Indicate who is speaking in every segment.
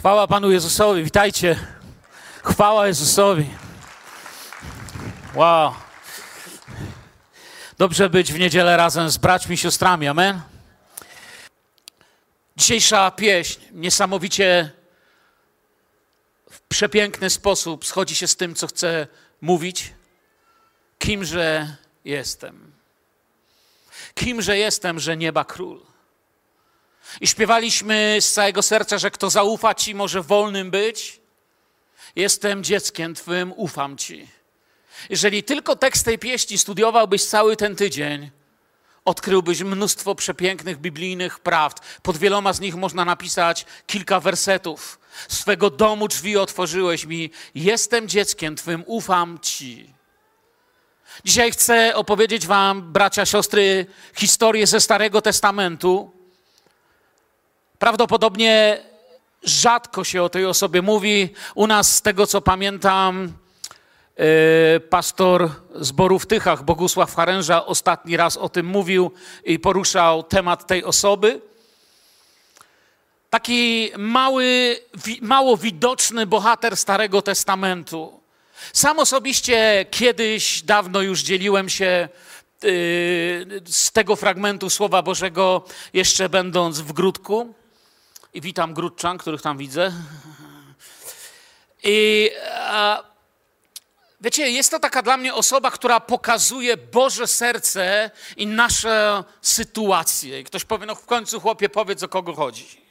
Speaker 1: Chwała Panu Jezusowi, witajcie. Chwała Jezusowi. Wow. Dobrze być w niedzielę razem z braćmi i siostrami, amen. Dzisiejsza pieśń niesamowicie w przepiękny sposób schodzi się z tym, co chcę mówić. Kimże jestem? Kimże jestem, że nieba król? I śpiewaliśmy z całego serca, że kto zaufa Ci, może wolnym być. Jestem dzieckiem Twym, ufam Ci. Jeżeli tylko tekst tej pieśni studiowałbyś cały ten tydzień, odkryłbyś mnóstwo przepięknych biblijnych prawd. Pod wieloma z nich można napisać kilka wersetów. Swego domu drzwi otworzyłeś mi. Jestem dzieckiem Twym, ufam Ci. Dzisiaj chcę opowiedzieć Wam, bracia, siostry, historię ze Starego Testamentu. Prawdopodobnie rzadko się o tej osobie mówi. U nas, z tego co pamiętam, pastor zboru w Tychach, Bogusław Haręża, ostatni raz o tym mówił i poruszał temat tej osoby. Taki mało widoczny bohater Starego Testamentu. Sam osobiście kiedyś, dawno już dzieliłem się z tego fragmentu Słowa Bożego, jeszcze będąc w Gródku. I witam Gródczan, których tam widzę. I wiecie, jest to taka dla mnie osoba, która pokazuje Boże serce i nasze sytuacje. I ktoś powie, no w końcu chłopie, powiedz, o kogo chodzi.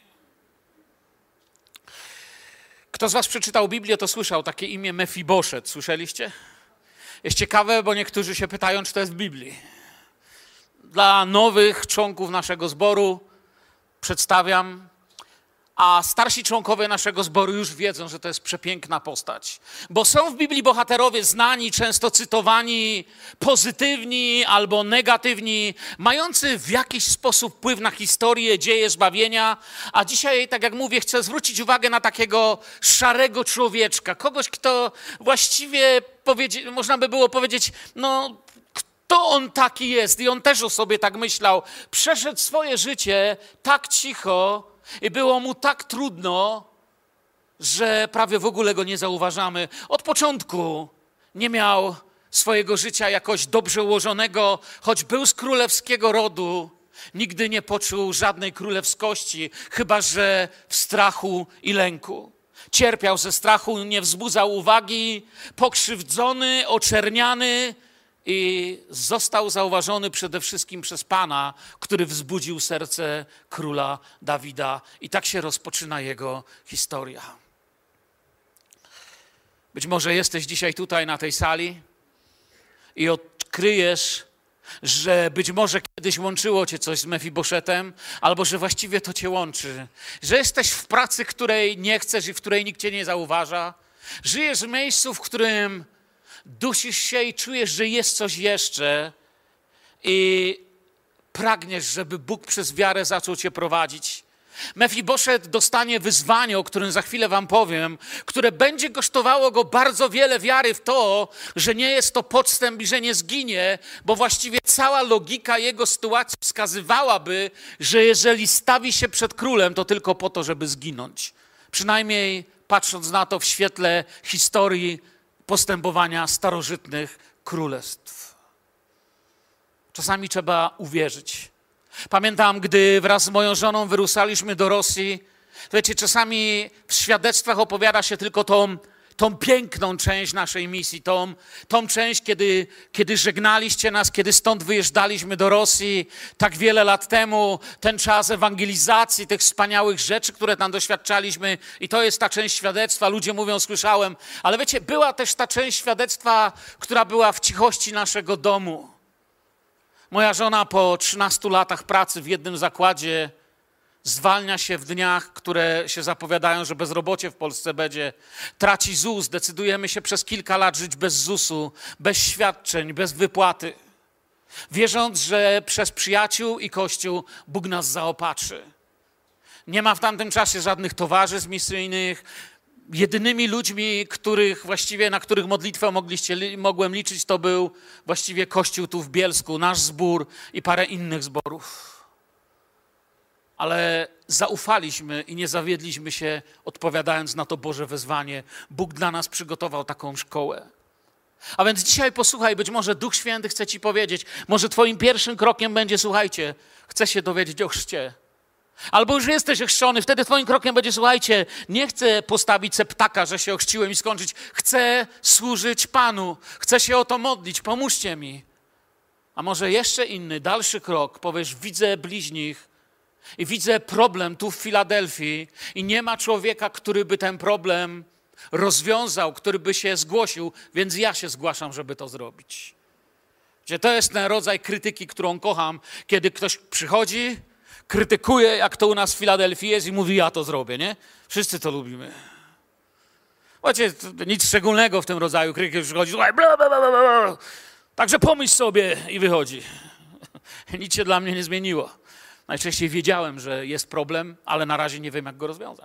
Speaker 1: Kto z was przeczytał Biblię, to słyszał takie imię Mefiboszet. Słyszeliście? Jest ciekawe, bo niektórzy się pytają, czy to jest w Biblii. Dla nowych członków naszego zboru przedstawiam, a starsi członkowie naszego zboru już wiedzą, że to jest przepiękna postać. Bo są w Biblii bohaterowie znani, często cytowani, pozytywni albo negatywni, mający w jakiś sposób wpływ na historię, dzieje zbawienia. A dzisiaj, tak jak mówię, chcę zwrócić uwagę na takiego szarego człowieczka. Kogoś, kto właściwie, można by było powiedzieć, no kto on taki jest? I on też o sobie tak myślał. Przeszedł swoje życie tak cicho, i było mu tak trudno, że prawie w ogóle go nie zauważamy. Od początku nie miał swojego życia jakoś dobrze ułożonego, choć był z królewskiego rodu, nigdy nie poczuł żadnej królewskości, chyba że w strachu i lęku. Cierpiał ze strachu, nie wzbudzał uwagi, pokrzywdzony, oczerniany, i został zauważony przede wszystkim przez Pana, który wzbudził serce króla Dawida. I tak się rozpoczyna jego historia. Być może jesteś dzisiaj tutaj na tej sali i odkryjesz, że być może kiedyś łączyło cię coś z Mefiboszetem, albo że właściwie to cię łączy. Że jesteś w pracy, której nie chcesz i w której nikt cię nie zauważa. Żyjesz w miejscu, w którym dusisz się i czujesz, że jest coś jeszcze i pragniesz, żeby Bóg przez wiarę zaczął cię prowadzić. Mefiboszet dostanie wyzwanie, o którym za chwilę wam powiem, które będzie kosztowało go bardzo wiele wiary w to, że nie jest to podstęp i że nie zginie, bo właściwie cała logika jego sytuacji wskazywałaby, że jeżeli stawi się przed królem, to tylko po to, żeby zginąć. Przynajmniej patrząc na to w świetle historii postępowania starożytnych królestw. Czasami trzeba uwierzyć. Pamiętam, gdy wraz z moją żoną wyruszaliśmy do Rosji, to wiecie, czasami w świadectwach opowiada się tylko tą piękną część naszej misji, tą część, kiedy żegnaliście nas, kiedy stąd wyjeżdżaliśmy do Rosji tak wiele lat temu, ten czas ewangelizacji, tych wspaniałych rzeczy, które tam doświadczaliśmy, i to jest ta część świadectwa. Ludzie mówią, słyszałem, ale wiecie, była też ta część świadectwa, która była w cichości naszego domu. Moja żona po 13 latach pracy w jednym zakładzie zwalnia się w dniach, które się zapowiadają, że bezrobocie w Polsce będzie. Traci ZUS, decydujemy się przez kilka lat żyć bez ZUS-u, bez świadczeń, bez wypłaty. Wierząc, że przez przyjaciół i Kościół Bóg nas zaopatrzy. Nie ma w tamtym czasie żadnych towarzystw misyjnych. Jedynymi ludźmi, na których modlitwę mogłem liczyć, to był właściwie Kościół tu w Bielsku, nasz zbór i parę innych zborów. ale zaufaliśmy i nie zawiedliśmy się, odpowiadając na to Boże wezwanie. Bóg dla nas przygotował taką szkołę. A więc dzisiaj posłuchaj, być może Duch Święty chce ci powiedzieć, może twoim pierwszym krokiem będzie, słuchajcie, chcę się dowiedzieć o chrzcie. Albo już jesteś ochrzczony, wtedy twoim krokiem będzie, słuchajcie, nie chcę postawić se ptaka, że się ochrzciłem i skończyć. Chcę służyć Panu, chcę się o to modlić, pomóżcie mi. A może jeszcze inny, dalszy krok, powiesz, widzę bliźnich i widzę problem tu w Filadelfii i nie ma człowieka, który by ten problem rozwiązał, który by się zgłosił, więc ja się zgłaszam, żeby to zrobić. To jest ten rodzaj krytyki, którą kocham, kiedy ktoś przychodzi, krytykuje, jak to u nas w Filadelfii jest i mówi, ja to zrobię, nie? Wszyscy to lubimy. Słuchajcie, nic szczególnego w tym rodzaju krytyki, przychodzi, słuchaj, bla, bla, bla, bla. Także pomyśl sobie i wychodzi. Nic się dla mnie nie zmieniło. Najczęściej wiedziałem, że jest problem, ale na razie nie wiem, jak go rozwiązać.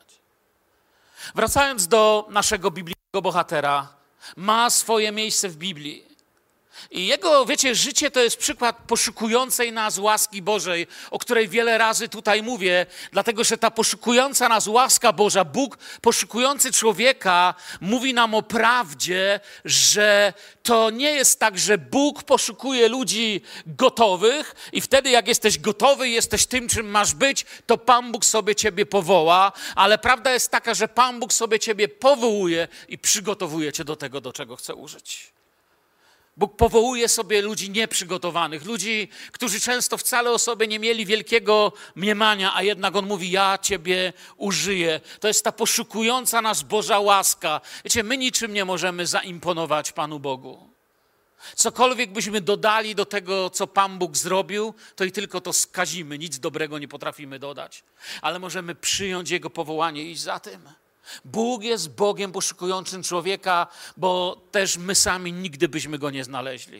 Speaker 1: Wracając do naszego biblijnego bohatera, ma swoje miejsce w Biblii. I jego, wiecie, życie to jest przykład poszukującej nas łaski Bożej, o której wiele razy tutaj mówię, dlatego że ta poszukująca nas łaska Boża, Bóg poszukujący człowieka mówi nam o prawdzie, że to nie jest tak, że Bóg poszukuje ludzi gotowych i wtedy jak jesteś gotowy, jesteś tym, czym masz być, to Pan Bóg sobie ciebie powoła, ale prawda jest taka, że Pan Bóg sobie ciebie powołuje i przygotowuje cię do tego, do czego chce użyć. Bóg powołuje sobie ludzi nieprzygotowanych, ludzi, którzy często wcale o sobie nie mieli wielkiego mniemania, a jednak On mówi, ja Ciebie użyję. To jest ta poszukująca nas Boża łaska. Wiecie, my niczym nie możemy zaimponować Panu Bogu. Cokolwiek byśmy dodali do tego, co Pan Bóg zrobił, to i tylko to skazimy. Nic dobrego nie potrafimy dodać. Ale możemy przyjąć Jego powołanie i iść za tym. Bóg jest Bogiem poszukującym człowieka, bo też my sami nigdy byśmy Go nie znaleźli.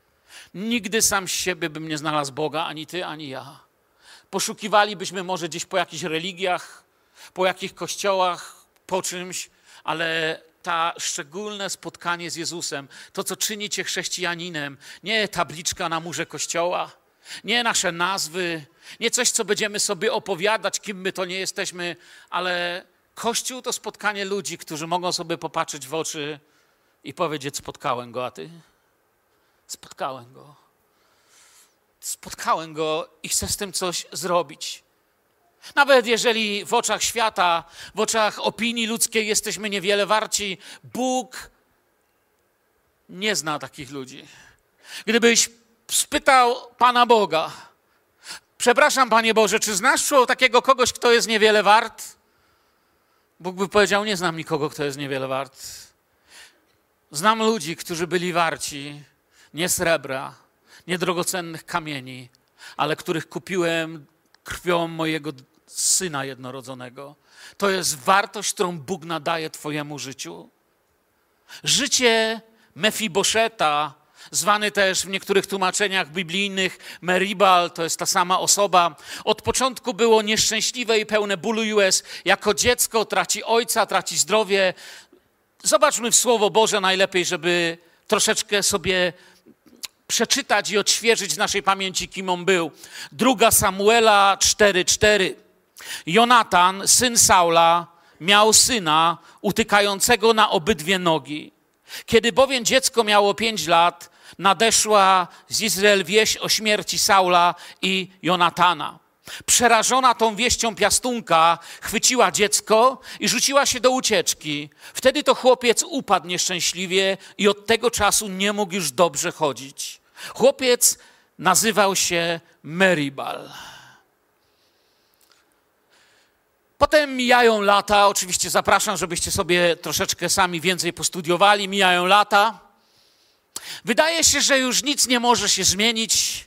Speaker 1: Nigdy sam z siebie bym nie znalazł Boga, ani ty, ani ja. Poszukiwalibyśmy może gdzieś po jakichś religiach, po jakichś kościołach, po czymś, ale to szczególne spotkanie z Jezusem, to co czyni cię chrześcijaninem, nie tabliczka na murze kościoła, nie nasze nazwy, nie coś, co będziemy sobie opowiadać, kim my to nie jesteśmy, ale Kościół to spotkanie ludzi, którzy mogą sobie popatrzeć w oczy i powiedzieć, spotkałem Go, a ty? Spotkałem Go. Spotkałem Go i chcę z tym coś zrobić. Nawet jeżeli w oczach świata, w oczach opinii ludzkiej jesteśmy niewiele warci, Bóg nie zna takich ludzi. Gdybyś spytał Pana Boga, przepraszam Panie Boże, czy znasz takiego kogoś, kto jest niewiele wart? Bóg by powiedział, nie znam nikogo, kto jest niewiele wart. Znam ludzi, którzy byli warci nie srebra, nie drogocennych kamieni, ale których kupiłem krwią mojego Syna jednorodzonego. To jest wartość, którą Bóg nadaje twojemu życiu. Życie Mefiboszeta, zwany też w niektórych tłumaczeniach biblijnych Meribal, to jest ta sama osoba, od początku było nieszczęśliwe i pełne bólu i łez. Jako dziecko traci ojca, traci zdrowie. Zobaczmy w Słowo Boże najlepiej, żeby troszeczkę sobie przeczytać i odświeżyć w naszej pamięci, kim on był. 2 Samuela 4:4. Jonatan, syn Saula, miał syna utykającego na obydwie nogi. Kiedy bowiem dziecko miało 5 lat, nadeszła z Izrael wieść o śmierci Saula i Jonatana. Przerażona tą wieścią piastunka chwyciła dziecko i rzuciła się do ucieczki. Wtedy to chłopiec upadł nieszczęśliwie i od tego czasu nie mógł już dobrze chodzić. Chłopiec nazywał się Meribal. Potem mijają lata, oczywiście zapraszam, żebyście sobie troszeczkę sami więcej postudiowali, mijają lata. Wydaje się, że już nic nie może się zmienić.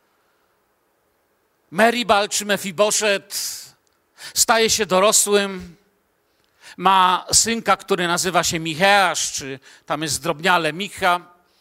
Speaker 1: Meribal czy Mefiboszet staje się dorosłym, ma synka, który nazywa się Micheasz, czy tam jest zdrobniale Micha.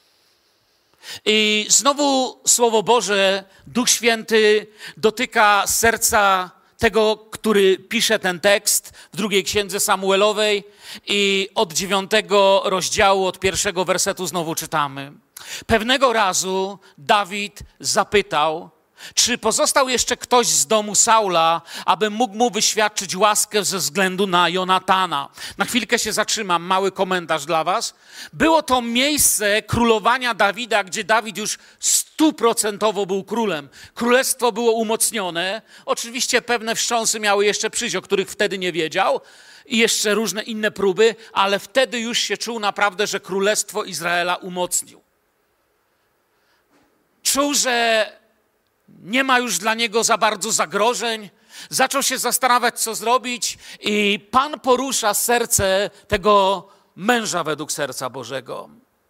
Speaker 1: I znowu Słowo Boże, Duch Święty dotyka serca tego, który pisze ten tekst w 2 Księdze Samuelowej i od 9 rozdziału, od 1 wersetu znowu czytamy. Pewnego razu Dawid zapytał, Czy pozostał jeszcze ktoś z domu Saula, aby mógł mu wyświadczyć łaskę ze względu na Jonatana? Na chwilkę się zatrzymam, mały komentarz dla was. Było to miejsce królowania Dawida, gdzie Dawid już 100% był królem. Królestwo było umocnione. Oczywiście pewne wstrząsy miały jeszcze przyjść, o których wtedy nie wiedział. I jeszcze różne inne próby, ale wtedy już się czuł naprawdę, że królestwo Izraela umocnił. Czuł, że nie ma już dla niego za bardzo zagrożeń. Zaczął się zastanawiać, co zrobić i Pan porusza serce tego męża według serca Bożego.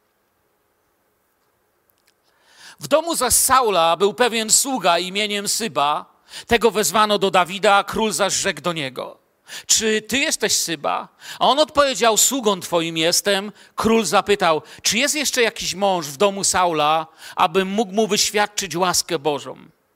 Speaker 1: W domu zaś Saula był pewien sługa imieniem Syba. Tego wezwano do Dawida, król zaś rzekł do niego: czy ty jesteś Syba? A on odpowiedział: sługą twoim jestem. Król zapytał: czy jest jeszcze jakiś mąż w domu Saula, abym mógł mu wyświadczyć łaskę Bożą?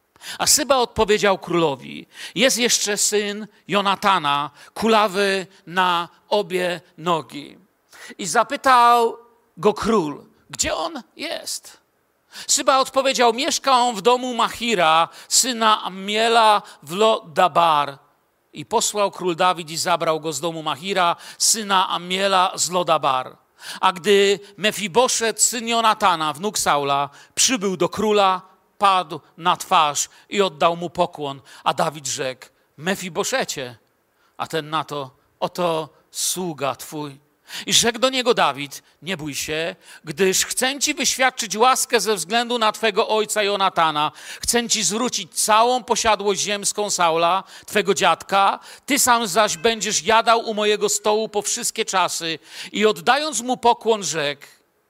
Speaker 1: A Syba odpowiedział królowi: jest jeszcze syn Jonatana, kulawy na obie nogi. I zapytał go król: gdzie on jest? Syba odpowiedział: mieszka on w domu Machira, syna Ammiela w Lo-Dabar. I posłał król Dawid i zabrał go z domu Machira, syna Ammiela z Lo-Dabar. A gdy Mefiboszet, syn Jonatana, wnuk Saula, przybył do króla, padł na twarz i oddał mu pokłon. A Dawid rzekł: Mefiboszecie. A ten na to: oto sługa twój. I rzekł do niego Dawid: nie bój się, gdyż chcę ci wyświadczyć łaskę ze względu na twego ojca Jonatana. Chcę ci zwrócić całą posiadłość ziemską Saula, twego dziadka. Ty sam zaś będziesz jadał u mojego stołu po wszystkie czasy. I oddając mu pokłon rzekł: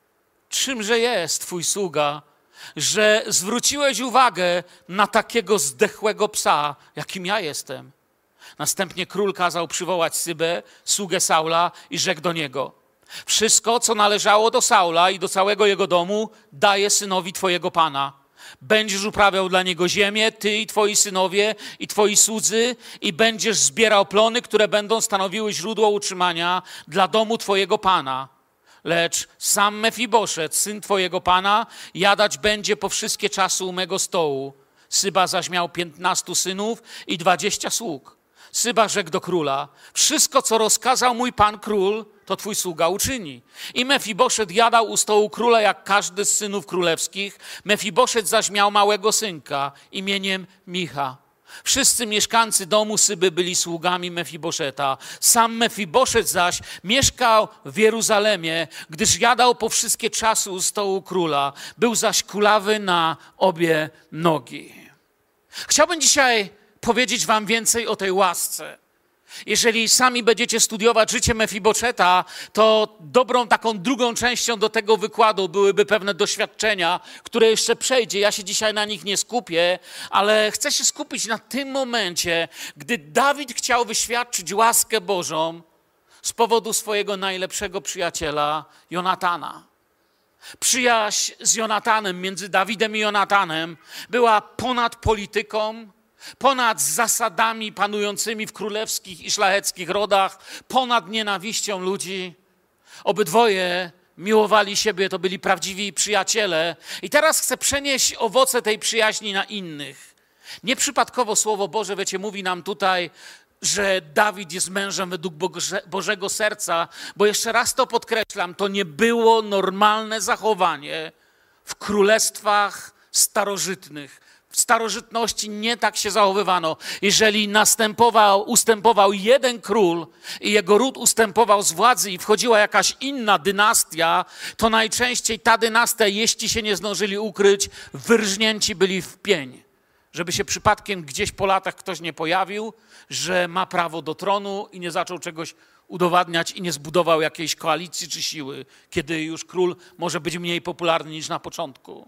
Speaker 1: czymże jest twój sługa, że zwróciłeś uwagę na takiego zdechłego psa, jakim ja jestem? Następnie król kazał przywołać Sybę, sługę Saula, i rzekł do niego: wszystko, co należało do Saula i do całego jego domu, daję synowi twojego pana. Będziesz uprawiał dla niego ziemię, ty i twoi synowie i twoi słudzy, i będziesz zbierał plony, które będą stanowiły źródło utrzymania dla domu twojego pana. Lecz sam Mefiboszet, syn twojego pana, jadać będzie po wszystkie czasy u mego stołu. Syba zaś miał 15 synów i 20 sług. Syba rzekł do króla: wszystko, co rozkazał mój pan król, to twój sługa uczyni. I Mefiboszet jadał u stołu króla jak każdy z synów królewskich. Mefiboszet zaś miał małego synka imieniem Micha. Wszyscy mieszkańcy domu Syby byli sługami Mefiboszeta. Sam Mefiboszet zaś mieszkał w Jeruzalemie, gdyż jadał po wszystkie czasy u stołu króla. Był zaś kulawy na obie nogi. Chciałbym dzisiaj powiedzieć wam więcej o tej łasce. Jeżeli sami będziecie studiować życie Mefiboszeta, to dobrą taką drugą częścią do tego wykładu byłyby pewne doświadczenia, które jeszcze przejdzie. Ja się dzisiaj na nich nie skupię, ale chcę się skupić na tym momencie, gdy Dawid chciał wyświadczyć łaskę Bożą z powodu swojego najlepszego przyjaciela Jonatana. Przyjaźń z Jonatanem, między Dawidem i Jonatanem, była ponad polityką, ponad zasadami panującymi w królewskich i szlacheckich rodach, ponad nienawiścią ludzi. Obydwoje miłowali siebie, to byli prawdziwi przyjaciele. I teraz chcę przenieść owoce tej przyjaźni na innych. Nieprzypadkowo Słowo Boże, wiecie, mówi nam tutaj, że Dawid jest mężem według Bożego serca, bo jeszcze raz to podkreślam, to nie było normalne zachowanie w królestwach starożytnych. W starożytności nie tak się zachowywano. Jeżeli ustępował jeden król i jego ród ustępował z władzy i wchodziła jakaś inna dynastia, to najczęściej ta dynastia, jeśli się nie zdążyli ukryć, wyrżnięci byli w pień. Żeby się przypadkiem gdzieś po latach ktoś nie pojawił, że ma prawo do tronu i nie zaczął czegoś udowadniać i nie zbudował jakiejś koalicji czy siły, kiedy już król może być mniej popularny niż na początku.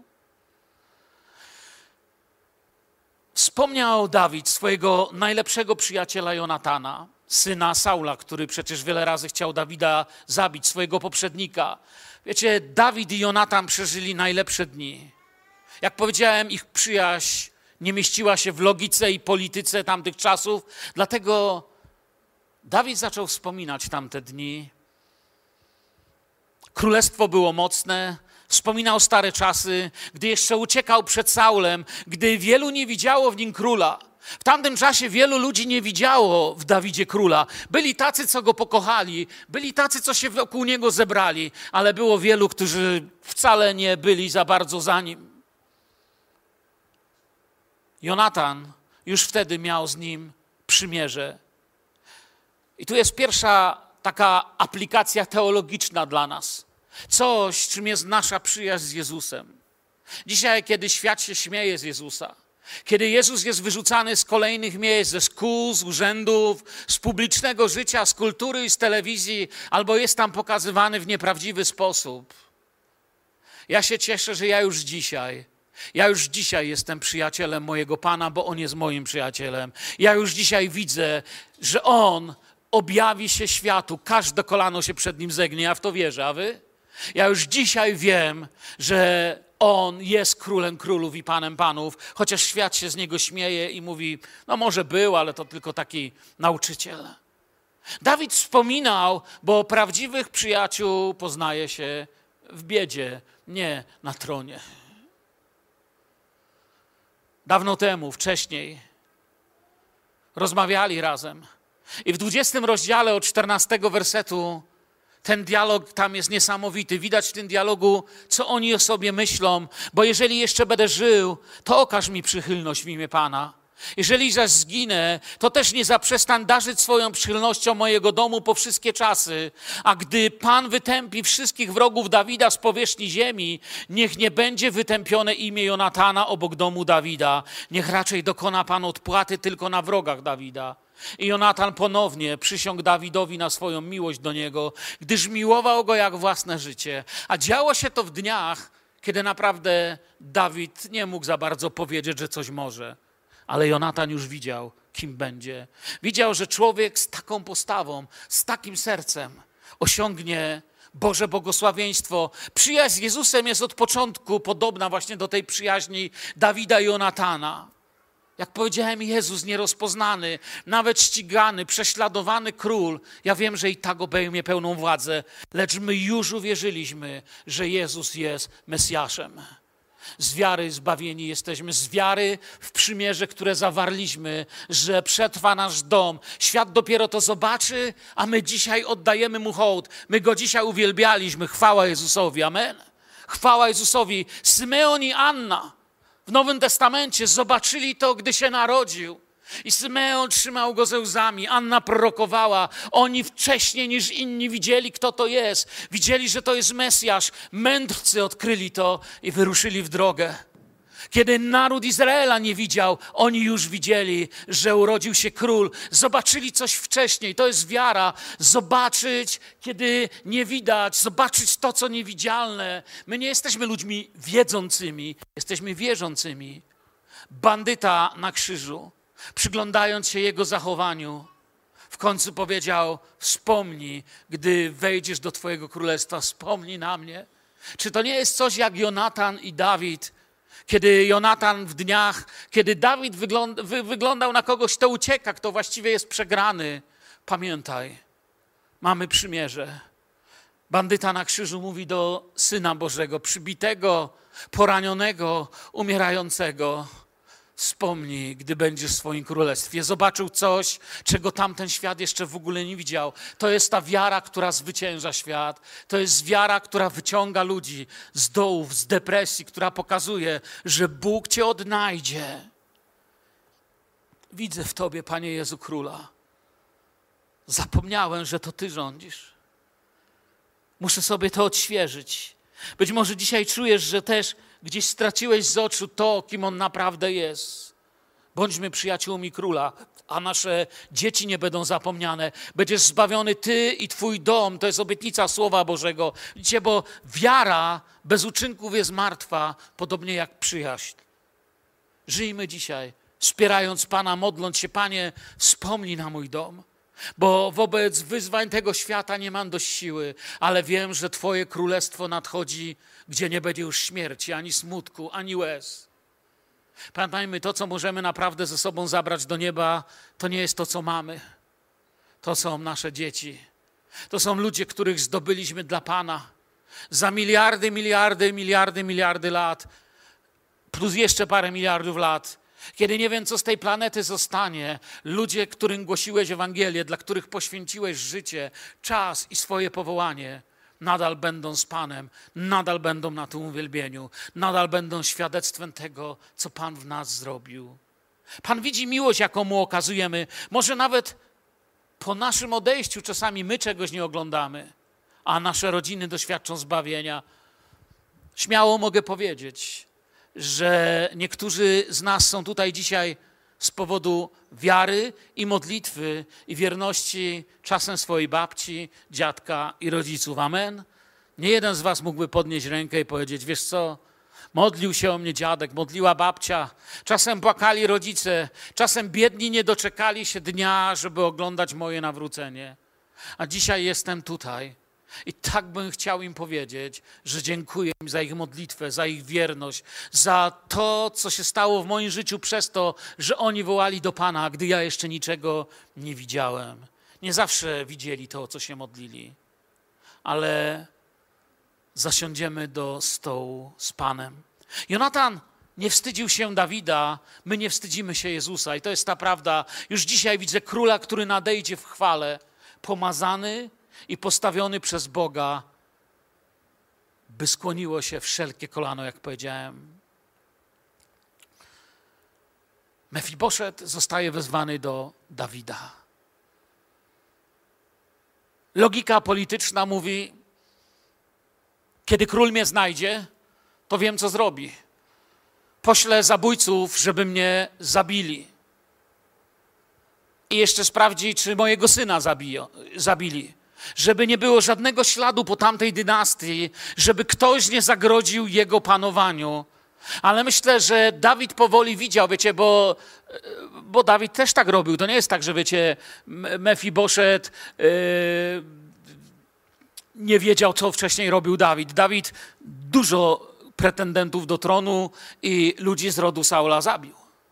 Speaker 1: Wspomniał Dawid swojego najlepszego przyjaciela Jonatana, syna Saula, który przecież wiele razy chciał Dawida zabić, swojego poprzednika. Wiecie, Dawid i Jonatan przeżyli najlepsze dni. Jak powiedziałem, ich przyjaźń nie mieściła się w logice i polityce tamtych czasów, dlatego Dawid zaczął wspominać tamte dni, Królestwo było mocne, wspominał stare czasy, gdy jeszcze uciekał przed Saulem, gdy wielu nie widziało w nim króla. W tamtym czasie wielu ludzi nie widziało w Dawidzie króla. Byli tacy, co go pokochali, byli tacy, co się wokół niego zebrali, ale było wielu, którzy wcale nie byli za bardzo za nim. Jonatan już wtedy miał z nim przymierze. I tu jest pierwsza taka aplikacja teologiczna dla nas. Coś, czym jest nasza przyjaźń z Jezusem. Dzisiaj, kiedy świat się śmieje z Jezusa, kiedy Jezus jest wyrzucany z kolejnych miejsc, ze szkół, z urzędów, z publicznego życia, z kultury i z telewizji, albo jest tam pokazywany w nieprawdziwy sposób. Ja się cieszę, że ja już dzisiaj jestem przyjacielem mojego Pana, bo On jest moim przyjacielem. Ja już dzisiaj widzę, że On objawi się światu, każde kolano się przed Nim zegnie, ja w to wierzę, a wy? Ja już dzisiaj wiem, że On jest królem królów i panem panów, chociaż świat się z Niego śmieje i mówi, no może był, ale to tylko taki nauczyciel. Dawid wspominał, bo prawdziwych przyjaciół poznaje się w biedzie, nie na tronie. Dawno temu, wcześniej, rozmawiali razem i w 20 rozdziale od 14 wersetu ten dialog tam jest niesamowity. Widać w tym dialogu, co oni o sobie myślą, bo jeżeli jeszcze będę żył, to okaż mi przychylność w imię Pana. Jeżeli zaś zginę, to też nie zaprzestań darzyć swoją przychylnością mojego domu po wszystkie czasy. A gdy Pan wytępi wszystkich wrogów Dawida z powierzchni ziemi, niech nie będzie wytępione imię Jonatana obok domu Dawida. Niech raczej dokona Pan odpłaty tylko na wrogach Dawida. I Jonatan ponownie przysiągł Dawidowi na swoją miłość do niego, gdyż miłował go jak własne życie. A działo się to w dniach, kiedy naprawdę Dawid nie mógł za bardzo powiedzieć, że coś może. Ale Jonatan już widział, kim będzie. Widział, że człowiek z taką postawą, z takim sercem osiągnie Boże błogosławieństwo. Przyjaźń z Jezusem jest od początku podobna właśnie do tej przyjaźni Dawida i Jonatana. Jak powiedziałem, Jezus nierozpoznany, nawet ścigany, prześladowany król. Ja wiem, że i tak obejmie pełną władzę, lecz my już uwierzyliśmy, że Jezus jest Mesjaszem. Z wiary zbawieni jesteśmy, z wiary w przymierze, które zawarliśmy, że przetrwa nasz dom. Świat dopiero to zobaczy, a my dzisiaj oddajemy Mu hołd. My Go dzisiaj uwielbialiśmy. Chwała Jezusowi. Amen. Chwała Jezusowi. Symeon i Anna w Nowym Testamencie zobaczyli to, gdy się narodził. I Symeon trzymał go ze łzami, Anna prorokowała. Oni wcześniej niż inni widzieli, kto to jest. Widzieli, że to jest Mesjasz. Mędrcy odkryli to i wyruszyli w drogę. Kiedy naród Izraela nie widział, oni już widzieli, że urodził się król. Zobaczyli coś wcześniej. To jest wiara. Zobaczyć, kiedy nie widać. Zobaczyć to, co niewidzialne. My nie jesteśmy ludźmi wiedzącymi. Jesteśmy wierzącymi. Bandyta na krzyżu, przyglądając się jego zachowaniu, w końcu powiedział, wspomnij, gdy wejdziesz do Twojego królestwa, wspomnij na mnie. Czy to nie jest coś jak Jonatan i Dawid? Kiedy Jonatan w dniach, kiedy Dawid wyglądał na kogoś, kto ucieka, kto właściwie jest przegrany. Pamiętaj, mamy przymierze. Bandyta na krzyżu mówi do Syna Bożego, przybitego, poranionego, umierającego. Wspomnij, gdy będziesz w swoim królestwie. Zobaczył coś, czego tamten świat jeszcze w ogóle nie widział. To jest ta wiara, która zwycięża świat. To jest wiara, która wyciąga ludzi z dołów, z depresji, która pokazuje, że Bóg cię odnajdzie. Widzę w Tobie, Panie Jezu Króla. Zapomniałem, że to Ty rządzisz. Muszę sobie to odświeżyć. Być może dzisiaj czujesz, że też gdzieś straciłeś z oczu to, kim On naprawdę jest. Bądźmy przyjaciółmi Króla, a nasze dzieci nie będą zapomniane. Będziesz zbawiony Ty i Twój dom. To jest obietnica Słowa Bożego. Widzicie, bo wiara bez uczynków jest martwa, podobnie jak przyjaźń. Żyjmy dzisiaj, wspierając Pana, modląc się, Panie, wspomnij na mój dom. Bo wobec wyzwań tego świata nie mam dość siły, ale wiem, że Twoje królestwo nadchodzi, gdzie nie będzie już śmierci, ani smutku, ani łez. Pamiętajmy, to, co możemy naprawdę ze sobą zabrać do nieba, to nie jest to, co mamy. To są nasze dzieci. To są ludzie, których zdobyliśmy dla Pana. za miliardy, miliardy, miliardy, miliardy lat, plus jeszcze parę miliardów lat, kiedy nie wiem, co z tej planety zostanie, ludzie, którym głosiłeś Ewangelię, dla których poświęciłeś życie, czas i swoje powołanie, nadal będą z Panem, nadal będą na tym uwielbieniu, nadal będą świadectwem tego, co Pan w nas zrobił. Pan widzi miłość, jaką Mu okazujemy. Może nawet po naszym odejściu czasami my czegoś nie oglądamy, a nasze rodziny doświadczą zbawienia. Śmiało mogę powiedzieć, że niektórzy z nas są tutaj dzisiaj z powodu wiary i modlitwy i wierności czasem swojej babci, dziadka i rodziców. Amen? Nie jeden z was mógłby podnieść rękę i powiedzieć, wiesz co, modlił się o mnie dziadek, modliła babcia, czasem płakali rodzice, czasem biedni nie doczekali się dnia, żeby oglądać moje nawrócenie. A dzisiaj jestem tutaj i tak bym chciał im powiedzieć, że dziękuję im za ich modlitwę, za ich wierność, za to, co się stało w moim życiu przez to, że oni wołali do Pana, gdy ja jeszcze niczego nie widziałem. Nie zawsze widzieli to, o co się modlili, ale zasiądziemy do stołu z Panem. Jonatan nie wstydził się Dawida, my nie wstydzimy się Jezusa i to jest ta prawda. Już dzisiaj widzę króla, który nadejdzie w chwale, pomazany i postawiony przez Boga, by skłoniło się wszelkie kolano, jak powiedziałem. Mefiboszet zostaje wezwany do Dawida. Logika polityczna mówi, kiedy król mnie znajdzie, to wiem, co zrobi. Poślę zabójców, żeby mnie zabili. I jeszcze sprawdzi, czy mojego syna zabili. Żeby nie było żadnego śladu po tamtej dynastii, żeby ktoś nie zagrodził jego panowaniu. Ale myślę, że Dawid powoli widział, wiecie, bo Dawid też tak robił. To nie jest tak, że wiecie, Mefiboszet nie wiedział, co wcześniej robił Dawid. Dawid dużo pretendentów do tronu i ludzi z rodu Saula zabił.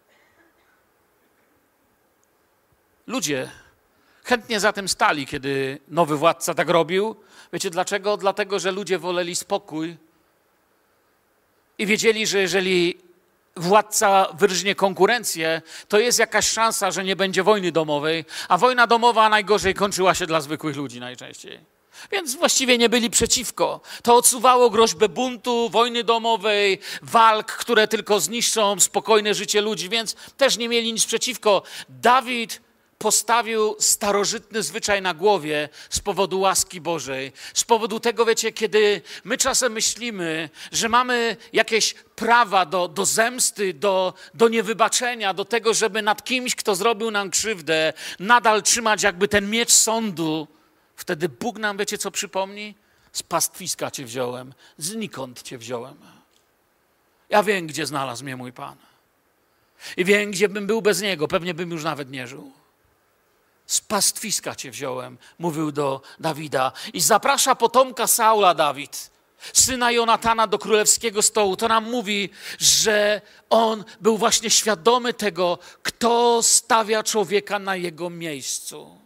Speaker 1: Ludzie chętnie za tym stali, kiedy nowy władca tak robił. Wiecie dlaczego? Dlatego, że ludzie woleli spokój i wiedzieli, że jeżeli władca wyrżnie konkurencję, to jest jakaś szansa, że nie będzie wojny domowej, a wojna domowa najgorzej kończyła się dla zwykłych ludzi najczęściej. Więc właściwie nie byli przeciwko. To odsuwało groźbę buntu, wojny domowej, walk, które tylko zniszczą spokojne życie ludzi, więc też nie mieli nic przeciwko. Dawid postawił starożytny zwyczaj na głowie z powodu łaski Bożej. Z powodu tego, wiecie, kiedy my czasem myślimy, że mamy jakieś prawa do zemsty, do niewybaczenia, do tego, żeby nad kimś, kto zrobił nam krzywdę, nadal trzymać jakby ten miecz sądu, wtedy Bóg nam, wiecie, co przypomni? Z pastwiska cię wziąłem, znikąd cię wziąłem. Ja wiem, gdzie znalazł mnie mój Pan. I wiem, gdzie bym był bez Niego, pewnie bym już nawet nie żył. Z pastwiska cię wziąłem, mówił do Dawida. I zaprasza potomka Saula Dawid, syna Jonatana, do królewskiego stołu. To nam mówi, że on był właśnie świadomy tego, kto stawia człowieka na jego miejscu.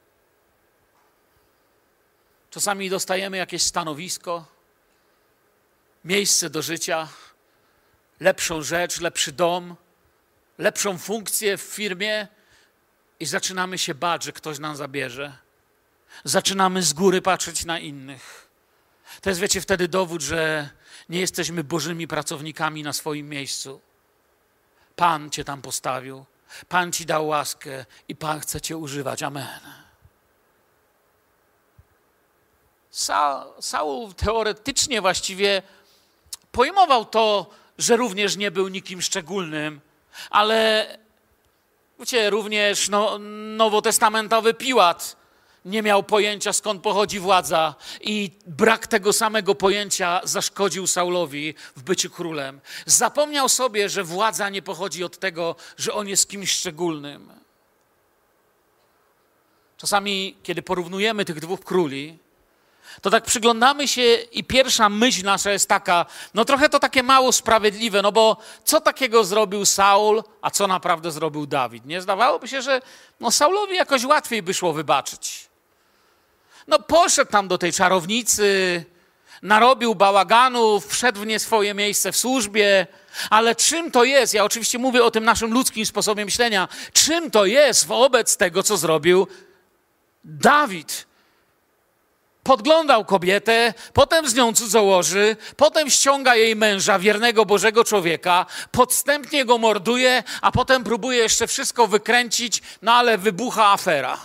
Speaker 1: Czasami dostajemy jakieś stanowisko, miejsce do życia, lepszą rzecz, lepszy dom, lepszą funkcję w firmie i zaczynamy się bać, że ktoś nam zabierze. Zaczynamy z góry patrzeć na innych. To jest, wiecie, wtedy dowód, że nie jesteśmy bożymi pracownikami na swoim miejscu. Pan cię tam postawił, Pan ci dał łaskę i Pan chce cię używać. Amen. Saul teoretycznie właściwie pojmował to, że również nie był nikim szczególnym, ale wiecie, również nowotestamentowy Piłat nie miał pojęcia, skąd pochodzi władza i brak tego samego pojęcia zaszkodził Saulowi w byciu królem. Zapomniał sobie, że władza nie pochodzi od tego, że on jest kimś szczególnym. Czasami, kiedy porównujemy tych dwóch króli, to tak przyglądamy się i pierwsza myśl nasza jest taka, no trochę to takie mało sprawiedliwe, no bo co takiego zrobił Saul, a co naprawdę zrobił Dawid? Nie zdawałoby się, że Saulowi jakoś łatwiej by szło wybaczyć. No poszedł tam do tej czarownicy, narobił bałaganu, wszedł w nie swoje miejsce w służbie, ale czym to jest? Ja oczywiście mówię o tym naszym ludzkim sposobie myślenia. Czym to jest wobec tego, co zrobił Dawid? Podglądał kobietę, potem z nią cudzołoży, potem ściąga jej męża, wiernego Bożego człowieka, podstępnie go morduje, a potem próbuje jeszcze wszystko wykręcić, no ale wybucha afera.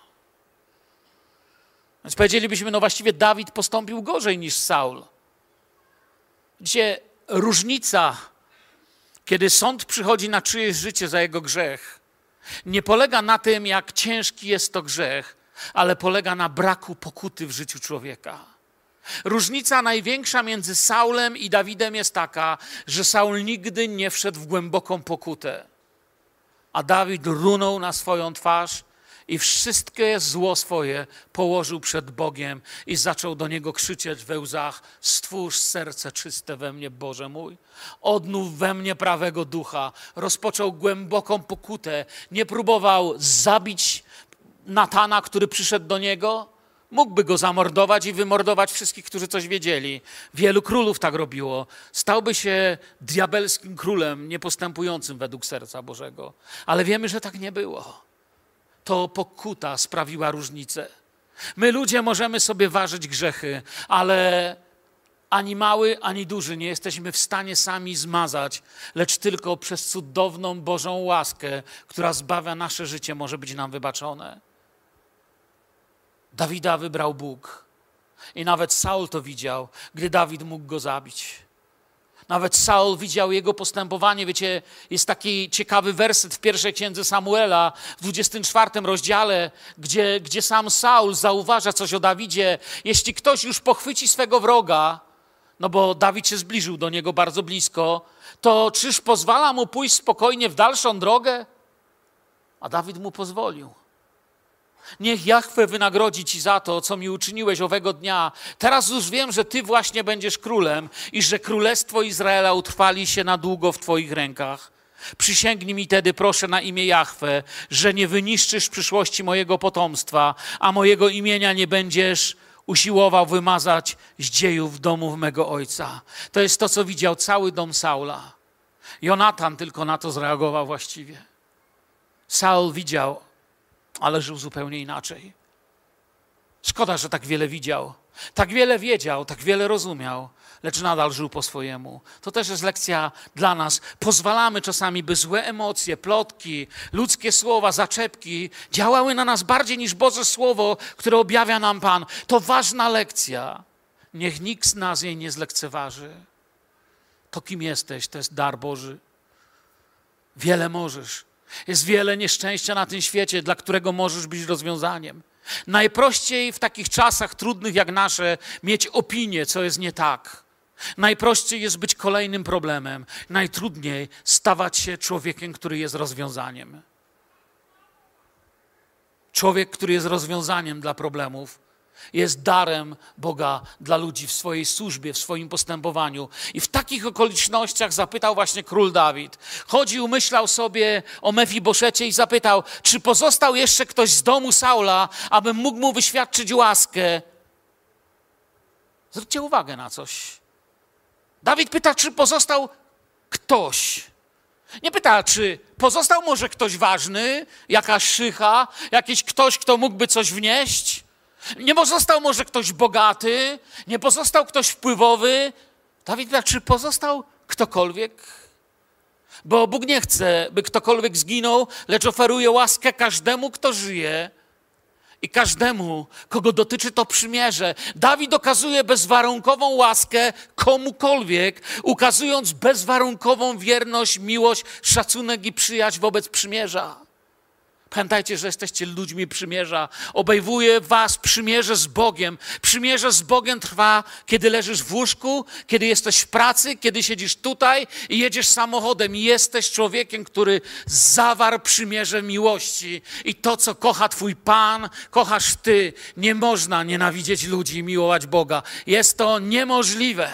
Speaker 1: Więc powiedzielibyśmy, no właściwie Dawid postąpił gorzej niż Saul. Widzicie, różnica, kiedy sąd przychodzi na czyjeś życie za jego grzech, nie polega na tym, jak ciężki jest to grzech, ale polega na braku pokuty w życiu człowieka. Różnica największa między Saulem i Dawidem jest taka, że Saul nigdy nie wszedł w głęboką pokutę, a Dawid runął na swoją twarz i wszystkie zło swoje położył przed Bogiem i zaczął do Niego krzyczeć we łzach: stwórz serce czyste we mnie, Boże mój. Odnów we mnie prawego ducha. Rozpoczął głęboką pokutę. Nie próbował zabić Natana, który przyszedł do niego. Mógłby go zamordować i wymordować wszystkich, którzy coś wiedzieli. Wielu królów tak robiło. Stałby się diabelskim królem, niepostępującym według serca Bożego. Ale wiemy, że tak nie było. To pokuta sprawiła różnicę. My ludzie możemy sobie ważyć grzechy, ale ani mały, ani duży nie jesteśmy w stanie sami zmazać, lecz tylko przez cudowną Bożą łaskę, która zbawia nasze życie, może być nam wybaczone. Dawida wybrał Bóg i nawet Saul to widział, gdy Dawid mógł go zabić. Nawet Saul widział jego postępowanie. Wiecie, jest taki ciekawy werset w pierwszej księdze Samuela, w 24 rozdziale, gdzie sam Saul zauważa coś o Dawidzie. Jeśli ktoś już pochwyci swego wroga, no bo Dawid się zbliżył do niego bardzo blisko, to czyż pozwala mu pójść spokojnie w dalszą drogę? A Dawid mu pozwolił. Niech Jahwe wynagrodzi ci za to, co mi uczyniłeś owego dnia. Teraz już wiem, że ty właśnie będziesz królem i że królestwo Izraela utrwali się na długo w twoich rękach. Przysięgnij mi tedy, proszę, na imię Jahwe, że nie wyniszczysz przyszłości mojego potomstwa, a mojego imienia nie będziesz usiłował wymazać z dziejów domów mego ojca. To jest to, co widział cały dom Saula. Jonatan tylko na to zareagował właściwie. Saul widział, ale żył zupełnie inaczej. Szkoda, że tak wiele widział, tak wiele wiedział, tak wiele rozumiał, lecz nadal żył po swojemu. To też jest lekcja dla nas. Pozwalamy czasami, by złe emocje, plotki, ludzkie słowa, zaczepki działały na nas bardziej niż Boże Słowo, które objawia nam Pan. To ważna lekcja. Niech nikt z nas jej nie zlekceważy. To, kim jesteś, to jest dar Boży. Wiele możesz. Jest wiele nieszczęścia na tym świecie, dla którego możesz być rozwiązaniem. Najprościej w takich czasach trudnych jak nasze mieć opinię, co jest nie tak. Najprościej jest być kolejnym problemem. Najtrudniej stawać się człowiekiem, który jest rozwiązaniem. Człowiek, który jest rozwiązaniem dla problemów, jest darem Boga dla ludzi w swojej służbie, w swoim postępowaniu. I w takich okolicznościach zapytał właśnie król Dawid. Chodził, myślał sobie o Mefiboszecie i zapytał, czy pozostał jeszcze ktoś z domu Saula, abym mógł mu wyświadczyć łaskę. Zwróćcie uwagę na coś. Dawid pyta, czy pozostał ktoś. Nie pyta, czy pozostał może ktoś ważny, jakaś szycha, jakiś ktoś, kto mógłby coś wnieść. Nie pozostał może ktoś bogaty, nie pozostał ktoś wpływowy. Dawid pyta, czy pozostał ktokolwiek? Bo Bóg nie chce, by ktokolwiek zginął, lecz oferuje łaskę każdemu, kto żyje i każdemu, kogo dotyczy to przymierze. Dawid okazuje bezwarunkową łaskę komukolwiek, ukazując bezwarunkową wierność, miłość, szacunek i przyjaźń wobec przymierza. Pamiętajcie, że jesteście ludźmi przymierza. Obejmuje was przymierze z Bogiem. Przymierze z Bogiem trwa, kiedy leżysz w łóżku, kiedy jesteś w pracy, kiedy siedzisz tutaj i jedziesz samochodem i jesteś człowiekiem, który zawarł przymierze miłości. I to, co kocha twój Pan, kochasz ty. Nie można nienawidzieć ludzi i miłować Boga. Jest to niemożliwe.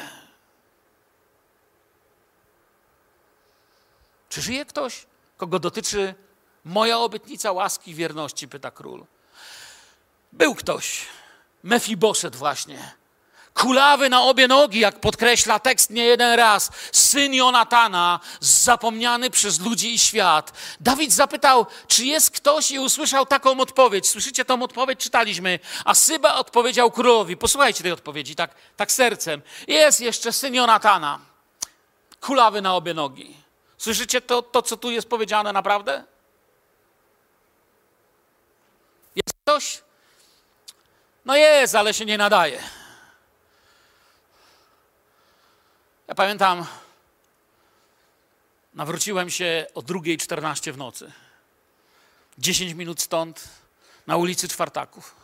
Speaker 1: Czy żyje ktoś, kogo dotyczy moja obietnica łaski i wierności, pyta król. Był ktoś, Mefiboszet właśnie, Kulawy na obie nogi, jak podkreśla tekst nie jeden raz. Syn Jonatana, zapomniany przez ludzi i świat. Dawid zapytał, czy jest ktoś i usłyszał taką odpowiedź. Słyszycie tą odpowiedź? Czytaliśmy. A Syba odpowiedział królowi. Posłuchajcie tej odpowiedzi, tak sercem. Jest jeszcze syn Jonatana. Kulawy na obie nogi. Słyszycie to, co tu jest powiedziane naprawdę? Jest ktoś? No jest, ale się nie nadaje. Ja pamiętam, nawróciłem się o 2:14 w nocy. 10 minut stąd, na ulicy Czwartaków.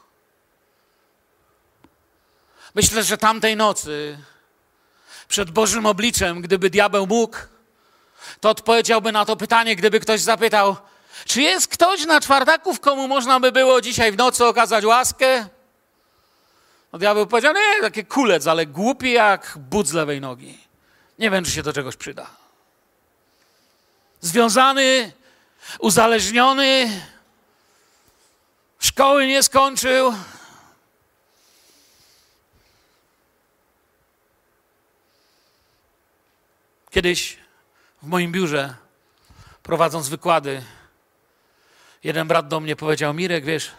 Speaker 1: Myślę, że tamtej nocy, przed Bożym obliczem, gdyby diabeł mógł, to odpowiedziałby na to pytanie, gdyby ktoś zapytał, czy jest ktoś na Czwartaków, komu można by było dzisiaj w nocy okazać łaskę? No diabeł powiedział, nie, taki kulec, ale głupi jak but z lewej nogi. Nie wiem, czy się do czegoś przyda. Związany, uzależniony, szkoły nie skończył. Kiedyś w moim biurze, prowadząc wykłady, jeden brat do mnie powiedział, Mirek, wiesz,